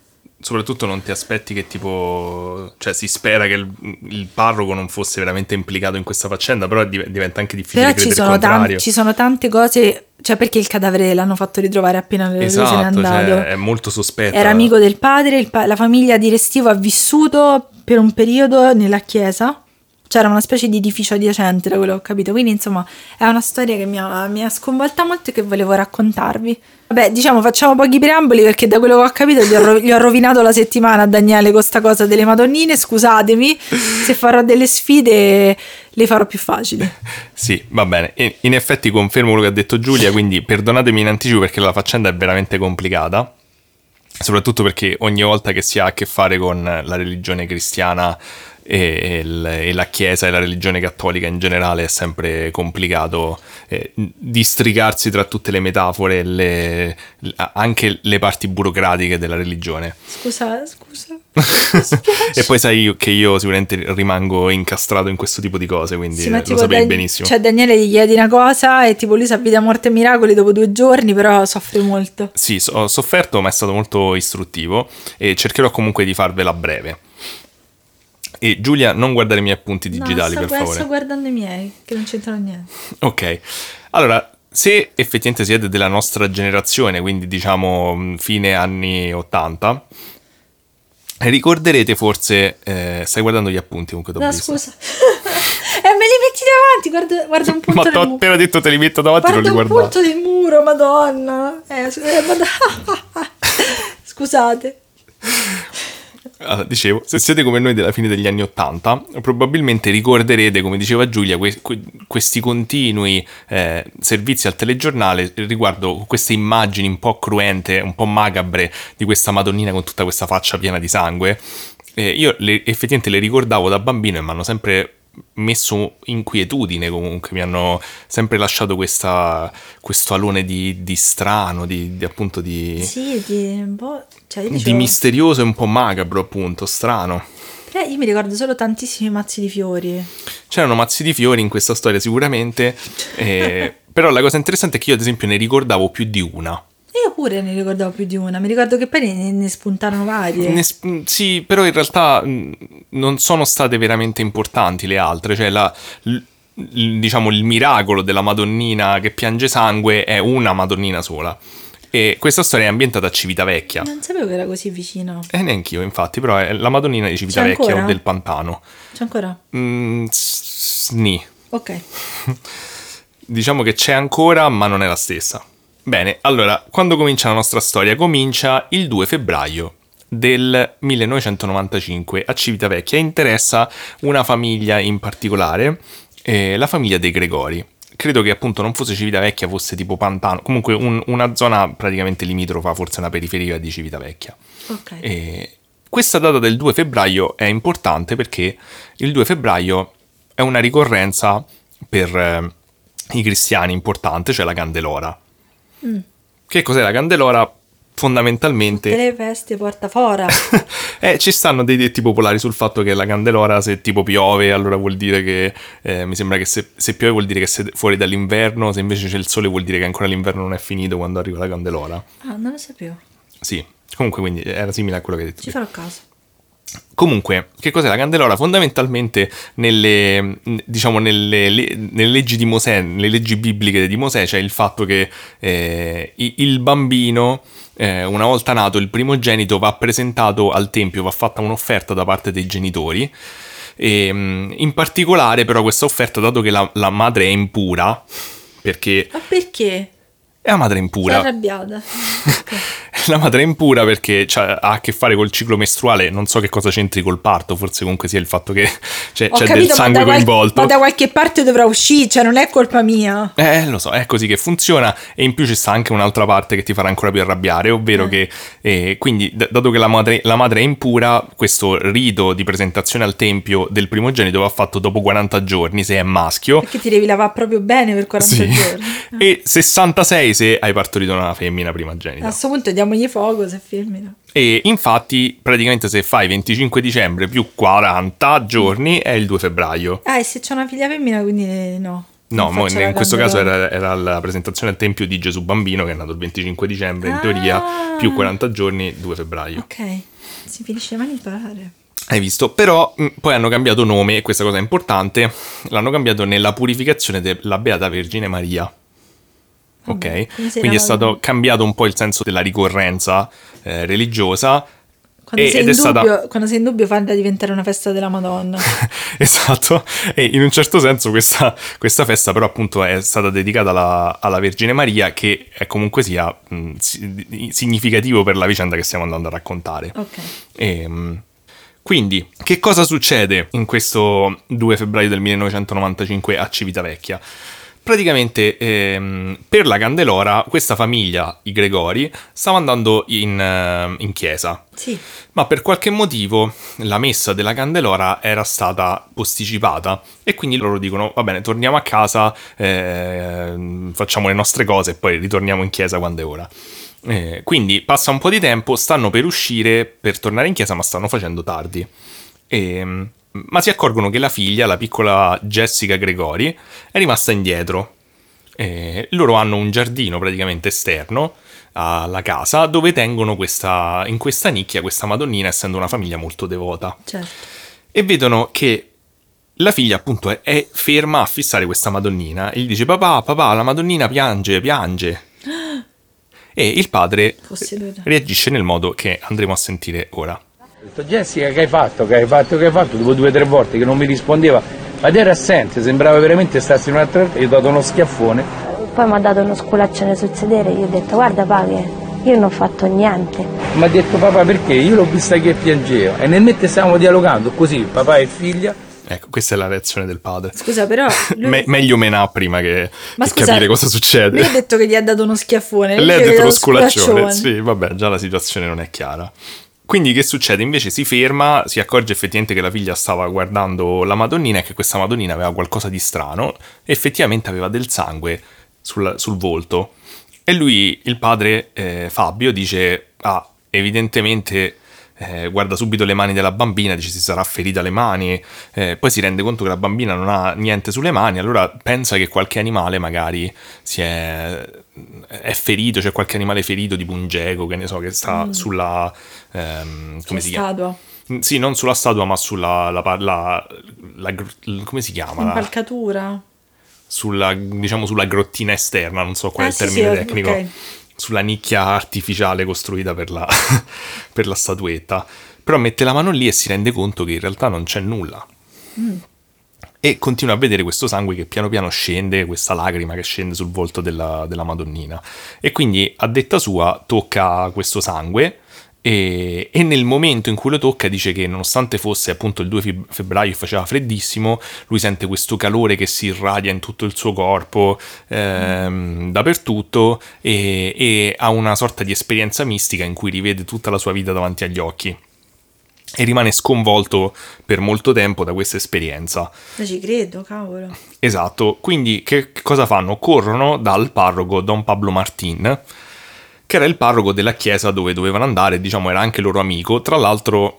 soprattutto non ti aspetti che tipo, cioè si spera che il parroco non fosse veramente implicato in questa faccenda, però diventa anche difficile Però credere il contrario. ci sono tante cose, cioè perché il cadavere l'hanno fatto ritrovare appena lui se n'è Esatto, andato. cioè, è molto sospetto. Era amico del padre, la famiglia di Restivo ha vissuto per un periodo nella chiesa. C'era una specie di edificio adiacente, da quello che ho capito. Quindi, insomma, è una storia che mi ha sconvolta molto e che volevo raccontarvi. Vabbè, diciamo, facciamo pochi preamboli perché da quello che ho capito gli ho rovinato la settimana a Daniele con sta cosa delle Madonnine. Scusatemi, se farò delle sfide le farò più facili. Sì, va bene. E in effetti confermo quello che ha detto Giulia, quindi perdonatemi in anticipo perché la faccenda è veramente complicata. Soprattutto perché ogni volta che si ha a che fare con la religione cristiana e la Chiesa e la religione cattolica in generale è sempre complicato districarsi tra tutte le metafore, anche le parti burocratiche della religione. Scusa. E poi sai che io sicuramente rimango incastrato in questo tipo di cose, quindi sì, ma lo sapevi benissimo. Cioè Daniele gli chiedi una cosa e tipo lui sa vita, morte e miracoli dopo 2 giorni, però soffre molto. Sì, ho sofferto, ma è stato molto istruttivo e cercherò comunque di farvela breve. E Giulia, non guardare i miei appunti digitali, per favore. Sto guardando i miei, che non c'entrano niente. Ok, allora, se effettivamente siete della nostra generazione, quindi diciamo fine anni 80, ricorderete forse... stai guardando gli appunti comunque, t'ho visto. No, scusa. Me li metti davanti, guarda un punto Ma del t'ho muro. appena detto te li metto davanti, non li Guarda un guardate. punto del muro, madonna. Scusate. Allora, dicevo, se siete come noi della fine degli anni 80, probabilmente ricorderete, come diceva Giulia, questi continui servizi al telegiornale riguardo queste immagini un po' cruente, un po' macabre di questa Madonnina con tutta questa faccia piena di sangue. Io effettivamente le ricordavo da bambino e mi hanno sempre messo inquietudine, comunque mi hanno sempre lasciato questo alone di strano, appunto di... Sì, un po'... Cioè, io di dicevo... misterioso e un po' macabro, appunto, strano. Io mi ricordo solo tantissimi mazzi di fiori. C'erano mazzi di fiori in questa storia sicuramente, però la cosa interessante è che io ad esempio ne ricordavo più di una. Io pure ne ricordavo più di una, mi ricordo che poi ne spuntarono varie. Sì, però in realtà non sono state veramente importanti le altre, cioè diciamo il miracolo della Madonnina che piange sangue è una Madonnina sola. E questa storia è ambientata a Civitavecchia. Non sapevo che era così vicino. Neanch'io, infatti, però è la Madonnina di Civitavecchia o del Pantano. C'è ancora? Sni. Ok. Diciamo che c'è ancora, ma non è la stessa. Bene, allora, quando comincia la nostra storia? Comincia il 2 febbraio del 1995 a Civitavecchia. Interessa una famiglia in particolare, la famiglia dei Gregori. Credo che appunto non fosse Civitavecchia, fosse tipo Pantano, comunque una zona praticamente limitrofa, forse una periferia di Civitavecchia. Ok. Questa data del 2 febbraio è importante perché il 2 febbraio è una ricorrenza per i cristiani importante, cioè la Candelora. Che cos'è la Candelora? Fondamentalmente... Tutte le feste porta fora. Ci stanno dei detti popolari sul fatto che la Candelora, se tipo piove, allora vuol dire che... mi sembra che se piove vuol dire che sei fuori dall'inverno, se invece c'è il sole vuol dire che ancora l'inverno non è finito quando arriva la Candelora. Ah, non lo sapevo. Sì, comunque quindi era simile a quello che hai detto. Ci farò caso. Comunque, che cos'è la Candelora? Fondamentalmente nelle leggi di Mosè, nelle leggi bibliche di Mosè c'è il fatto che il bambino, una volta nato, il primogenito va presentato al tempio, va fatta un'offerta da parte dei genitori. E, in particolare però questa offerta, dato che la madre è impura, perché... Ma perché? È una madre impura. Sono arrabbiata. Okay. La madre è impura perché ha a che fare col ciclo mestruale, non so che cosa c'entri col parto, forse comunque sia il fatto che c'è del sangue coinvolto. Ma da qualche parte dovrà uscire, cioè non è colpa mia. Lo so, è così che funziona e in più ci sta anche un'altra parte che ti farà ancora più arrabbiare, ovvero che quindi dato che la madre è impura, questo rito di presentazione al tempio del primogenito va fatto dopo 40 giorni se è maschio. Perché ti devi lavare proprio bene per 40 giorni. E 66 se hai partorito una femmina primogenita. A questo punto diamogli fuoco se è femmina. E infatti praticamente se fai 25 dicembre più 40 giorni è il 2 febbraio. E se c'è una figlia femmina quindi no. No, In faccia alla in questo caso Candelora. era la presentazione al Tempio di Gesù Bambino, che è nato il 25 dicembre, in teoria, più 40 giorni, 2 febbraio. Ok, si finisce mai di imparare. Hai visto? Però poi hanno cambiato nome, e questa cosa è importante, l'hanno cambiato nella purificazione della Beata Vergine Maria. Vabbè, Ok? come si Quindi è lava- stato cambiato un po' il senso della ricorrenza religiosa. Quando, sei ed in è stata... dubbio, quando sei in dubbio, falla diventare una festa della Madonna. Esatto, e in un certo senso questa festa però appunto è stata dedicata alla Vergine Maria, che è comunque sia significativo per la vicenda che stiamo andando a raccontare. Ok. Quindi, che cosa succede in questo 2 febbraio del 1995 a Civitavecchia? Praticamente per la Candelora questa famiglia, i Gregori, stava andando in chiesa. Sì. Ma per qualche motivo la messa della Candelora era stata posticipata e quindi loro dicono va bene, torniamo a casa, facciamo le nostre cose e poi ritorniamo in chiesa quando è ora. Quindi passa un po' di tempo, stanno per uscire per tornare in chiesa ma stanno facendo tardi. Ma si accorgono che la figlia, la piccola Jessica Gregori, è rimasta indietro. Loro hanno un giardino praticamente esterno alla casa dove tengono in questa nicchia questa Madonnina, essendo una famiglia molto devota. Certo. E vedono che la figlia appunto è ferma a fissare questa Madonnina e gli dice papà, la Madonnina piange. E il padre Posseduta. reagisce nel modo che andremo a sentire ora. Ho detto Jessica, che hai fatto? Dopo 2 o 3 volte che non mi rispondeva, ed era assente, sembrava veramente starsi in un'altra, gli ho dato uno schiaffone. Poi mi ha dato uno sculaccione sul sedere, io ho detto guarda pa che io non ho fatto niente. Mi ha detto papà perché? Io l'ho vista che piangeva e nel mentre stavamo dialogando così, papà e figlia. Ecco, questa è la reazione del padre. Scusa, però lui... Meglio menà prima che scusa, capire cosa succede. Lui ha detto che gli ha dato uno schiaffone. Lei ha gli detto lo dato sculaccione. Sì, vabbè, già la situazione non è chiara. Quindi che succede? Invece si ferma, si accorge effettivamente che la figlia stava guardando la Madonnina e che questa Madonnina aveva qualcosa di strano. Effettivamente aveva del sangue sul volto. E lui, il padre Fabio, dice, evidentemente... guarda subito le mani della bambina, dice si sarà ferita le mani, poi si rende conto che la bambina non ha niente sulle mani, allora pensa che qualche animale magari è ferito, c'è qualche animale ferito tipo un geco, che ne so, che sta sulla come si chiama? Statua. Sì, non sulla statua ma sulla come si chiama? Impalcatura. Diciamo sulla grottina esterna, non so qual è il termine tecnico. Ok. Sulla nicchia artificiale costruita per la statuetta. Però mette la mano lì e si rende conto che in realtà non c'è nulla. E continua a vedere questo sangue che piano piano scende, questa lacrima che scende sul volto della Madonnina. E quindi, a detta sua, tocca questo sangue e nel momento in cui lo tocca dice che nonostante fosse appunto il 2 febbraio e faceva freddissimo, lui sente questo calore che si irradia in tutto il suo corpo, dappertutto, e ha una sorta di esperienza mistica in cui rivede tutta la sua vita davanti agli occhi e rimane sconvolto per molto tempo da questa esperienza. Io ci credo, cavolo. Esatto, quindi che cosa fanno? Corrono dal parroco Don Pablo Martín, che era il parroco della chiesa dove dovevano andare, diciamo era anche loro amico, tra l'altro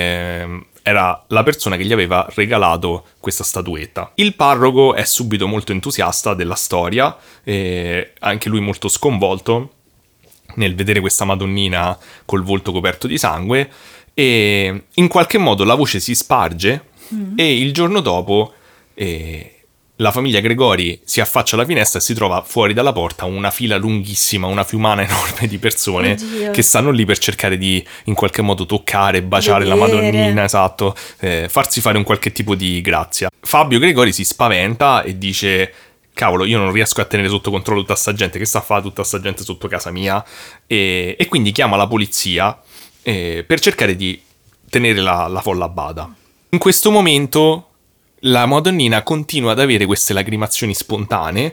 era la persona che gli aveva regalato questa statuetta. Il parroco è subito molto entusiasta della storia, anche lui molto sconvolto nel vedere questa Madonnina col volto coperto di sangue, e in qualche modo la voce si sparge e il giorno dopo la famiglia Gregori si affaccia alla finestra e si trova fuori dalla porta una fila lunghissima, una fiumana enorme di persone che stanno lì per cercare di in qualche modo toccare, baciare la Madonnina, esatto, farsi fare un qualche tipo di grazia. Fabio Gregori si spaventa e dice: cavolo, io non riesco a tenere sotto controllo tutta sta gente, che sta a fare tutta sta gente sotto casa mia? E quindi chiama la polizia per cercare di tenere la folla a bada. In questo momento la Madonnina continua ad avere queste lacrimazioni spontanee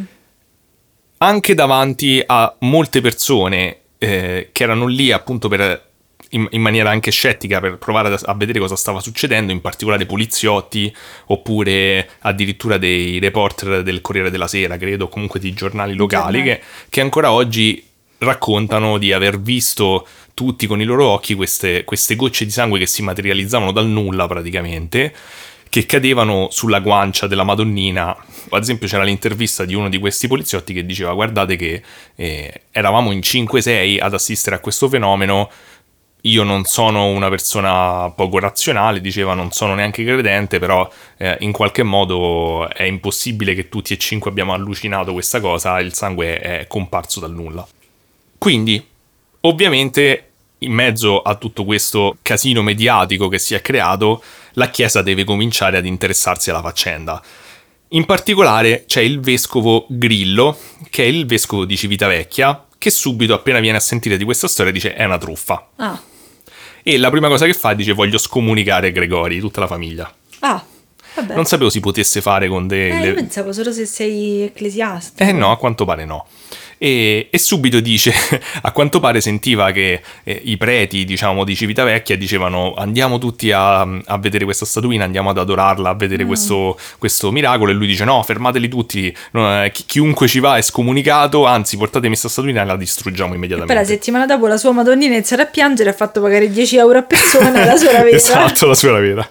anche davanti a molte persone che erano lì appunto in maniera anche scettica per provare a vedere cosa stava succedendo, in particolare poliziotti oppure addirittura dei reporter del Corriere della Sera, credo, comunque di giornali locali che ancora oggi raccontano di aver visto tutti con i loro occhi queste gocce di sangue che si materializzavano dal nulla praticamente, che cadevano sulla guancia della Madonnina. Ad esempio c'era l'intervista di uno di questi poliziotti che diceva: guardate che eravamo in 5-6 ad assistere a questo fenomeno, io non sono una persona poco razionale, diceva, non sono neanche credente, però in qualche modo è impossibile che tutti e 5 abbiamo allucinato questa cosa, il sangue è comparso dal nulla. Quindi, ovviamente, in mezzo a tutto questo casino mediatico che si è creato, la Chiesa deve cominciare ad interessarsi alla faccenda. In particolare c'è il vescovo Grillo, che è il vescovo di Civitavecchia, che subito, appena viene a sentire di questa storia, dice è una truffa. Ah. E la prima cosa che fa dice: voglio scomunicare Gregori, tutta la famiglia. Ah, vabbè. Non sapevo si potesse fare con Io pensavo solo se sei ecclesiastico. No, a quanto pare no. E subito dice, a quanto pare sentiva che i preti, diciamo, di Civitavecchia dicevano: andiamo tutti a vedere questa statuina, andiamo ad adorarla, a vedere questo miracolo. E lui dice: no, fermateli tutti, no, chiunque ci va è scomunicato, anzi portatemi questa statuina e la distruggiamo immediatamente. E poi la settimana dopo la sua Madonnina iniziare a piangere e ha fatto pagare 10 euro a persona la suora vera. Esatto, la suora vera.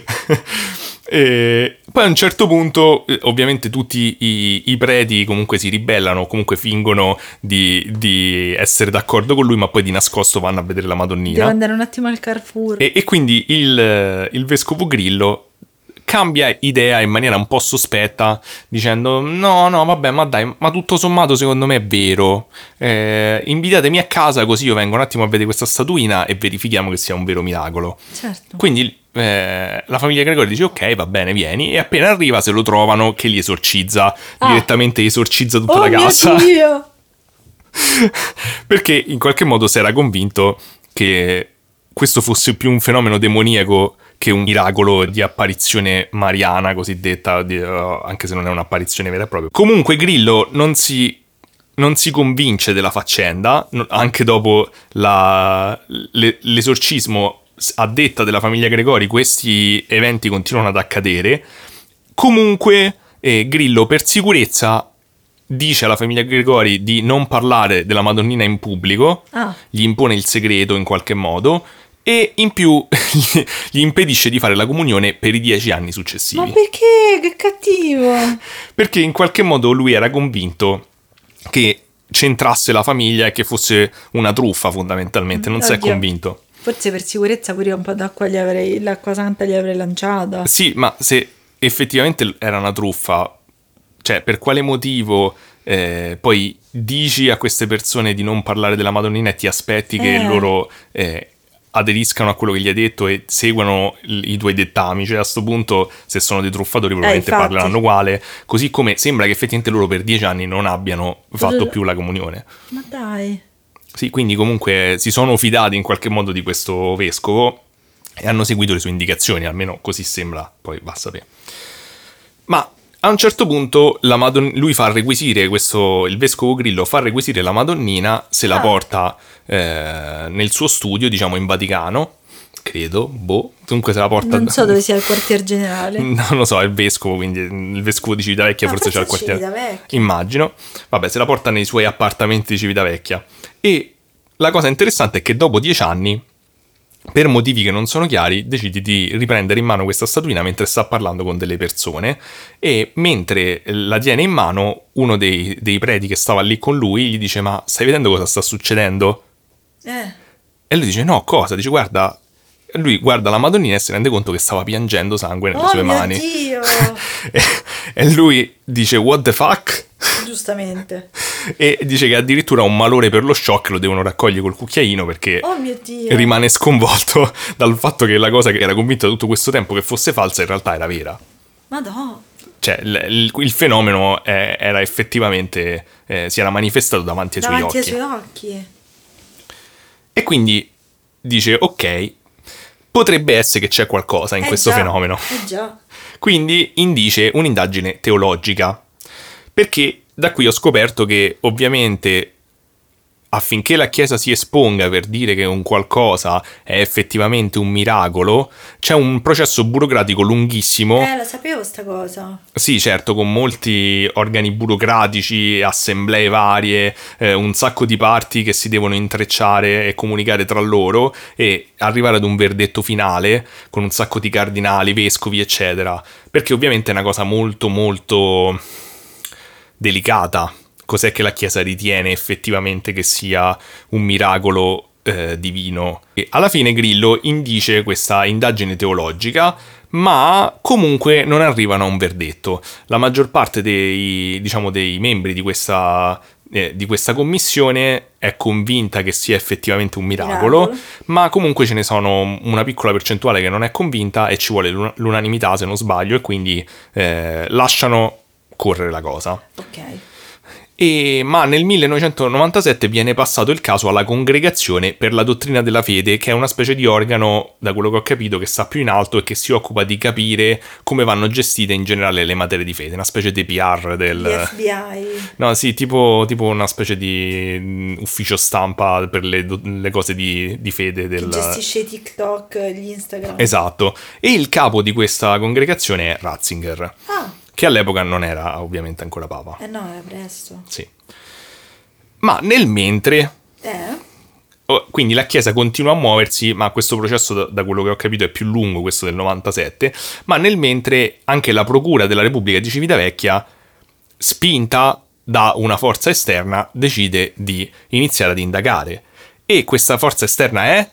E poi a un certo punto ovviamente tutti i preti comunque si ribellano, comunque fingono di essere d'accordo con lui, ma poi di nascosto vanno a vedere la Madonnina. Devo andare un attimo al Carrefour. E quindi il vescovo Grillo cambia idea in maniera un po' sospetta, dicendo: no, vabbè, ma dai, ma tutto sommato secondo me è vero, invitatemi a casa così io vengo un attimo a vedere questa statuina e verifichiamo che sia un vero miracolo. Certo. Quindi la famiglia Gregori dice: ok, va bene, vieni. E appena arriva se lo trovano che li esorcizza, direttamente esorcizza tutta la casa. Mio Dio! Perché in qualche modo si era convinto che questo fosse più un fenomeno demoniaco che un miracolo di apparizione mariana cosiddetta, anche se non è un'apparizione vera e propria. Comunque Grillo non si convince della faccenda, anche dopo l'esorcismo. A detta della famiglia Gregori, questi eventi continuano ad accadere. Comunque Grillo, per sicurezza, dice alla famiglia Gregori di non parlare della Madonnina in pubblico, gli impone il segreto in qualche modo, e in più gli impedisce di fare la comunione per i 10 anni successivi. Ma perché? Che cattivo! Perché in qualche modo lui era convinto che c'entrasse la famiglia e che fosse una truffa, fondamentalmente, non si è convinto. Forse per sicurezza pure un po' l'acqua santa gli avrei lanciata. Sì, ma se effettivamente era una truffa, cioè per quale motivo poi dici a queste persone di non parlare della Madonnina e ti aspetti che loro aderiscano a quello che gli hai detto e seguano i tuoi dettami? Cioè a sto punto, se sono dei truffatori probabilmente parleranno uguale, così come sembra che effettivamente loro per 10 anni non abbiano fatto più la comunione. Ma dai. Sì, quindi comunque si sono fidati in qualche modo di questo vescovo e hanno seguito le sue indicazioni, almeno così sembra, poi va a sapere. Ma a un certo punto lui fa requisire il vescovo Grillo fa requisire la Madonnina, se la porta nel suo studio, diciamo in Vaticano, credo, comunque se la porta... Non so dove sia il quartier generale. Non lo so, è il vescovo, quindi il vescovo di Civitavecchia forse c'è il quartiere. Civitavecchia. Immagino. Vabbè, se la porta nei suoi appartamenti di Civitavecchia. E la cosa interessante è che dopo 10 anni, per motivi che non sono chiari, decide di riprendere in mano questa statuina mentre sta parlando con delle persone, e mentre la tiene in mano uno dei preti che stava lì con lui gli dice: ma stai vedendo cosa sta succedendo? E lui dice: no, cosa? Dice: guarda. Lui guarda la Madonnina e si rende conto che stava piangendo sangue nelle sue mani. Dio! E lui dice: what the fuck? Giustamente. E dice che addirittura ha un malore per lo shock, lo devono raccogliere col cucchiaino perché Mio Dio. rimane sconvolto dal fatto che la cosa che era convinta tutto questo tempo che fosse falsa in realtà era vera. Madonna. Cioè il fenomeno era effettivamente si era manifestato davanti ai suoi occhi. E quindi dice: ok, potrebbe essere che c'è qualcosa in questo fenomeno. Già. Quindi indice un'indagine teologica, perché da qui ho scoperto che ovviamente affinché la Chiesa si esponga per dire che un qualcosa è effettivamente un miracolo, c'è un processo burocratico lunghissimo. La sapevo sta cosa. Sì, certo, con molti organi burocratici, assemblee varie, un sacco di parti che si devono intrecciare e comunicare tra loro e arrivare ad un verdetto finale con un sacco di cardinali, vescovi, eccetera. Perché ovviamente è una cosa molto molto delicata. Cos'è che la Chiesa ritiene effettivamente che sia un miracolo divino? E alla fine Grillo indice questa indagine teologica, ma comunque non arrivano a un verdetto. La maggior parte dei membri di questa commissione è convinta che sia effettivamente un miracolo, ma comunque ce ne sono una piccola percentuale che non è convinta e ci vuole l'unanimità, se non sbaglio, e quindi lasciano correre la cosa. Ok. Ma nel 1997 viene passato il caso alla Congregazione per la Dottrina della Fede, che è una specie di organo, da quello che ho capito, che sta più in alto e che si occupa di capire come vanno gestite in generale le materie di fede, una specie di PR del FBI. No, sì, tipo una specie di ufficio stampa per le cose di fede Che gestisce i TikTok, gli Instagram. Esatto. E il capo di questa congregazione è Ratzinger. Che all'epoca non era ovviamente ancora papa. No, era presto. Sì. Ma nel mentre... Quindi la Chiesa continua a muoversi, ma questo processo, da quello che ho capito, è più lungo, questo del 97, ma nel mentre anche la Procura della Repubblica di Civitavecchia, spinta da una forza esterna, decide di iniziare ad indagare. E questa forza esterna è...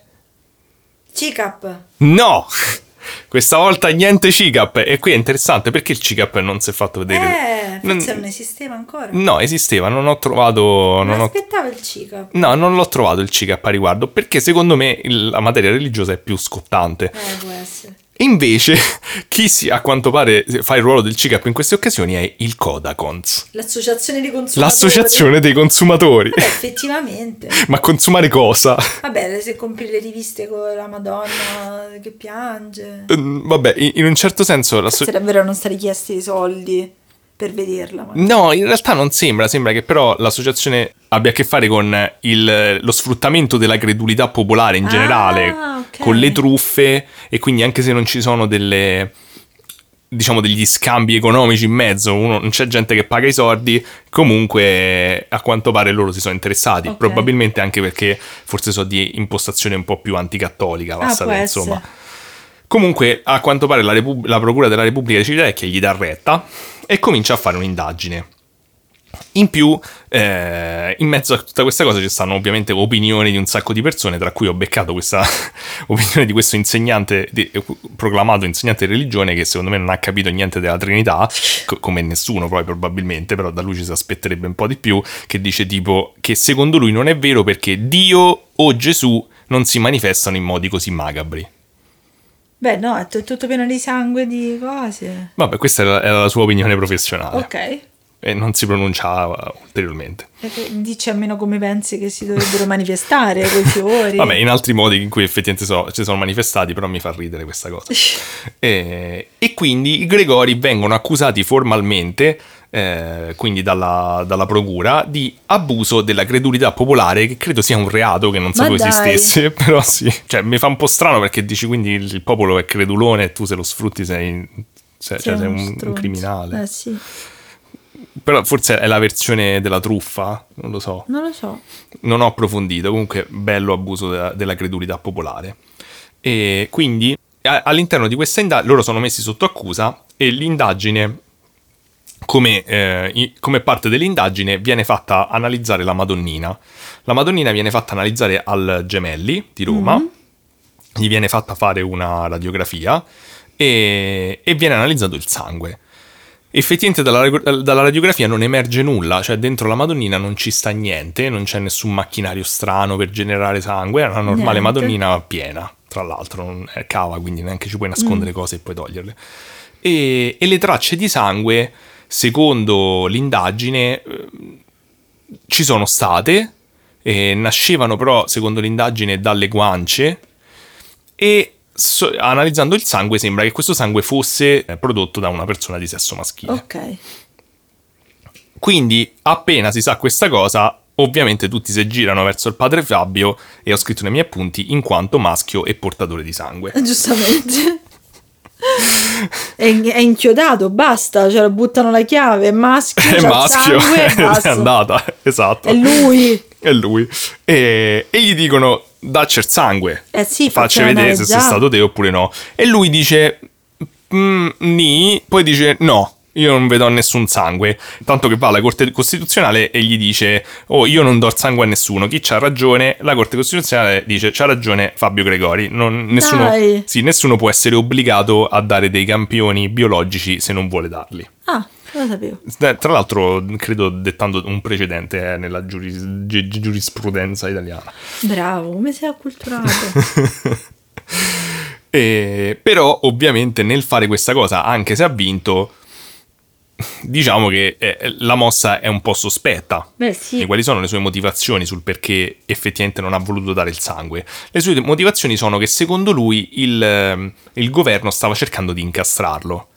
CICAP. No! Questa volta niente CICAP, e qui è interessante perché il CICAP non si è fatto vedere. Forse non esisteva ancora. No, esisteva, non ho trovato. Non aspettavo il CICAP. No, non l'ho trovato il CICAP a riguardo, perché secondo me la materia religiosa è più scottante. Può essere. Invece, chi a quanto pare fa il ruolo del CICAP in queste occasioni è il Codacons. L'associazione dei consumatori. L'associazione dei consumatori. Effettivamente. Ma consumare cosa? Vabbè, se compri le riviste con la Madonna che piange. Vabbè, in un certo senso... Sarebbero non stati chiesti i soldi per vederla. Magari. No, in realtà non sembra che però l'associazione abbia a che fare con lo sfruttamento della credulità popolare in generale, okay. Con le truffe, e quindi anche se non ci sono degli scambi economici in mezzo, non c'è gente che paga i soldi, comunque a quanto pare loro si sono interessati, okay. Probabilmente anche perché forse sono di impostazione un po' più anticattolica, insomma. Comunque, a quanto pare la Procura della Repubblica di Civitavecchia gli dà retta e comincia a fare un'indagine. In più, in mezzo a tutta questa cosa ci stanno ovviamente opinioni di un sacco di persone, tra cui ho beccato questa opinione di questo proclamato insegnante di religione, che secondo me non ha capito niente della Trinità, come nessuno poi probabilmente, però da lui ci si aspetterebbe un po' di più, che dice tipo che secondo lui non è vero perché Dio o Gesù non si manifestano in modi così macabri. Beh, no, è tutto pieno di sangue, di cose. Vabbè, questa era la sua opinione professionale. Ok. E non si pronunciava ulteriormente. Dici almeno come pensi che si dovrebbero manifestare quei fiori. Vabbè, in altri modi in cui effettivamente ci sono manifestati, però mi fa ridere questa cosa. E quindi i Gregori vengono accusati formalmente, quindi dalla procura, di abuso della credulità popolare, che credo sia un reato che non sapevo esistesse, però sì. Cioè, mi fa un po' strano perché dici quindi il popolo è credulone e tu se lo sfrutti sei un criminale. Sì. Però forse è la versione della truffa, non lo so. Non lo so. Non ho approfondito, comunque bello abuso della credulità popolare. E quindi all'interno di questa indagine loro sono messi sotto accusa e l'indagine, come parte dell'indagine, viene fatta analizzare la Madonnina. La Madonnina viene fatta analizzare al Gemelli di Roma, gli viene fatta fare una radiografia e viene analizzato il sangue. Effettivamente dalla radiografia non emerge nulla, cioè dentro la Madonnina non ci sta niente, non c'è nessun macchinario strano per generare sangue, è una normale Madonnina piena, tra l'altro, non è cava, quindi neanche ci puoi nascondere cose e poi toglierle. E le tracce di sangue, secondo l'indagine, ci sono state, nascevano però, secondo l'indagine, dalle guance e... analizzando il sangue sembra che questo sangue fosse prodotto da una persona di sesso maschile. Ok. Quindi appena si sa questa cosa, ovviamente tutti si girano verso il padre Fabio e ho scritto nei miei appunti in quanto maschio e portatore di sangue. Giustamente. È inchiodato, basta, cioè buttano la chiave, è maschio, È c'ha maschio, sangue, è basta. andata, esatto. È lui. È lui. E gli dicono, dacci il sangue. Sì, facci vedere se sei stato te oppure no. E lui dice, ni, poi dice, no, io non vedo nessun sangue. Tanto che va alla Corte Costituzionale e gli dice, oh, io non do il sangue a nessuno. Chi c'ha ragione? La Corte Costituzionale dice, c'ha ragione Fabio Gregori. Nessuno può essere obbligato a dare dei campioni biologici se non vuole darli. Ah, lo sapevo. Tra l'altro, credo dettando un precedente nella giurisprudenza italiana. Bravo, come sei acculturato. Però, ovviamente, nel fare questa cosa, anche se ha vinto, diciamo che la mossa è un po' sospetta. Beh, sì. E quali sono le sue motivazioni sul perché effettivamente non ha voluto dare il sangue? Le sue motivazioni sono che secondo lui il governo stava cercando di incastrarlo.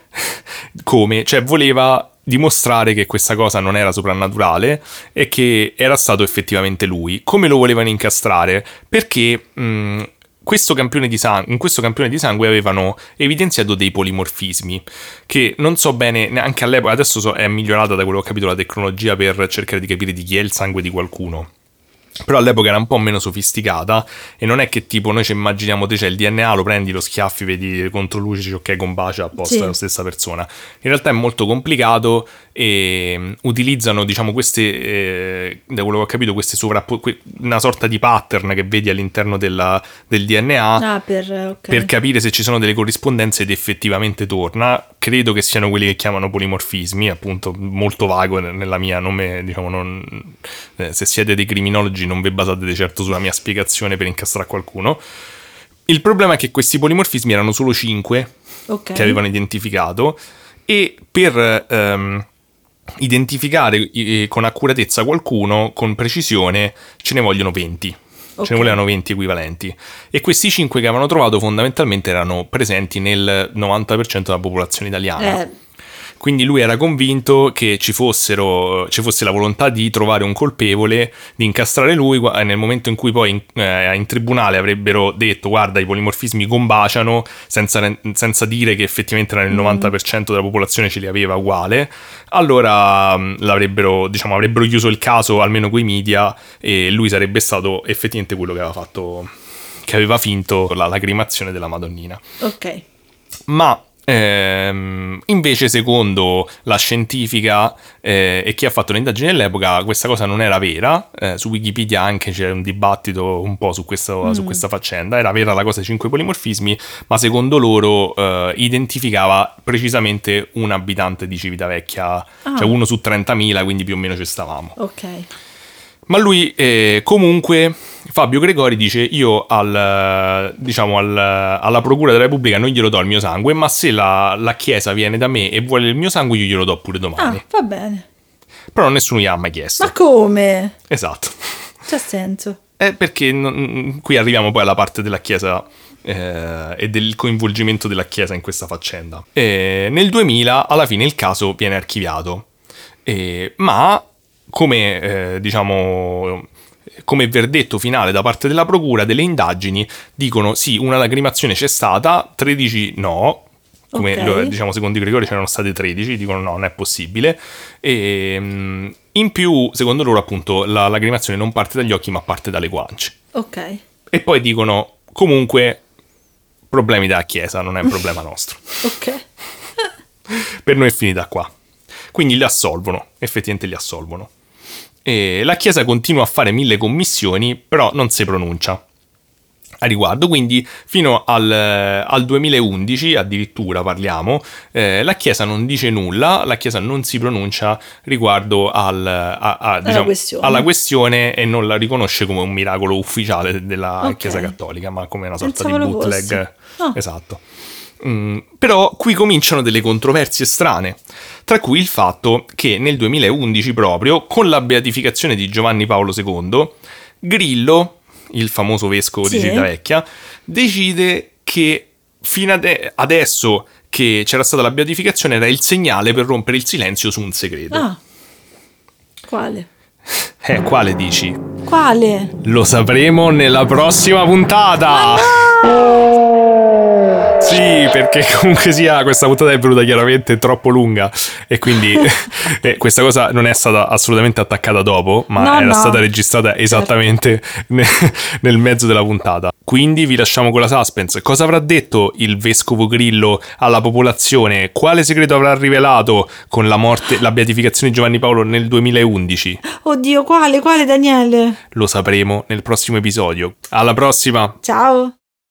Come? Cioè voleva dimostrare che questa cosa non era soprannaturale e che era stato effettivamente lui. Come lo volevano incastrare? Perché in questo campione di sangue avevano evidenziato dei polimorfismi che non so bene neanche all'epoca, adesso è migliorata da quello che ho capito la tecnologia per cercare di capire di chi è il sangue di qualcuno. Però all'epoca era un po' meno sofisticata e non è che tipo noi ci immaginiamo te c'è il DNA, lo prendi, lo schiaffi, vedi contro luce, ok, combacia, a posto, è la stessa persona. In realtà è molto complicato e utilizzano, diciamo, queste, da quello che ho capito, queste una sorta di pattern che vedi all'interno del DNA per capire se ci sono delle corrispondenze ed effettivamente torna. Credo che siano quelli che chiamano polimorfismi, appunto molto vago nella mia nome, diciamo, se siete dei criminologi non vi basate di certo sulla mia spiegazione per incastrare qualcuno. Il problema è che questi polimorfismi erano solo 5 che avevano identificato e per identificare con accuratezza qualcuno con precisione ce ne vogliono 20. Ce ne volevano 20 equivalenti e questi 5 che avevano trovato fondamentalmente erano presenti nel 90% della popolazione italiana. Quindi lui era convinto che ci fosse la volontà di trovare un colpevole, di incastrare lui, nel momento in cui poi in tribunale avrebbero detto guarda i polimorfismi combaciano, senza dire che effettivamente era il 90% della popolazione ce li aveva uguale, allora avrebbero chiuso il caso almeno coi media e lui sarebbe stato effettivamente quello che aveva finto la lacrimazione della Madonnina. Ok. Ma invece secondo la scientifica e chi ha fatto le indagini all'epoca questa cosa non era vera. Su Wikipedia anche c'è un dibattito un po' su questa faccenda. Era vera la cosa dei 5 polimorfismi, ma secondo loro identificava precisamente un abitante di Civitavecchia, cioè 1 su 30.000, quindi più o meno ci stavamo. Ok. Ma lui comunque Fabio Gregori dice io alla Procura della Repubblica non glielo do il mio sangue, ma se la Chiesa viene da me e vuole il mio sangue io glielo do pure domani. Va bene. Però nessuno gli ha mai chiesto. Ma come? Esatto. C'ha senso. Perché qui arriviamo poi alla parte della Chiesa e del coinvolgimento della Chiesa in questa faccenda. Nel 2000 alla fine il caso viene archiviato, ma come come verdetto finale da parte della procura delle indagini dicono sì, una lacrimazione c'è stata, 13 no, come secondo i Gregori c'erano state 13, dicono no, non è possibile, e in più secondo loro appunto la lacrimazione non parte dagli occhi ma parte dalle guance. Ok. E poi dicono comunque problemi della Chiesa, non è un problema nostro. Ok. Per noi è finita qua. Quindi effettivamente li assolvono. E la Chiesa continua a fare 1000 commissioni, però non si pronuncia a riguardo. Quindi fino al 2011 addirittura parliamo, la Chiesa non dice nulla, la Chiesa non si pronuncia riguardo alla questione e non la riconosce come un miracolo ufficiale della Chiesa Cattolica, ma come una sorta di bootleg. Esatto. Però qui cominciano delle controversie strane, tra cui il fatto che nel 2011 proprio, con la beatificazione di Giovanni Paolo II, Grillo, il famoso vescovo di Civitavecchia, decide che fino adesso che c'era stata la beatificazione era il segnale per rompere il silenzio su un segreto. Quale? Quale dici? Quale? Lo sapremo nella prossima puntata! Sì, perché comunque sia questa puntata è venuta chiaramente troppo lunga e quindi questa cosa non è stata assolutamente attaccata dopo, ma era stata registrata esattamente nel mezzo della puntata. Quindi vi lasciamo con la suspense. Cosa avrà detto il vescovo Grillo alla popolazione? Quale segreto avrà rivelato con la morte, la beatificazione di Giovanni Paolo nel 2011? Oddio, quale Daniele? Lo sapremo nel prossimo episodio. Alla prossima! Ciao!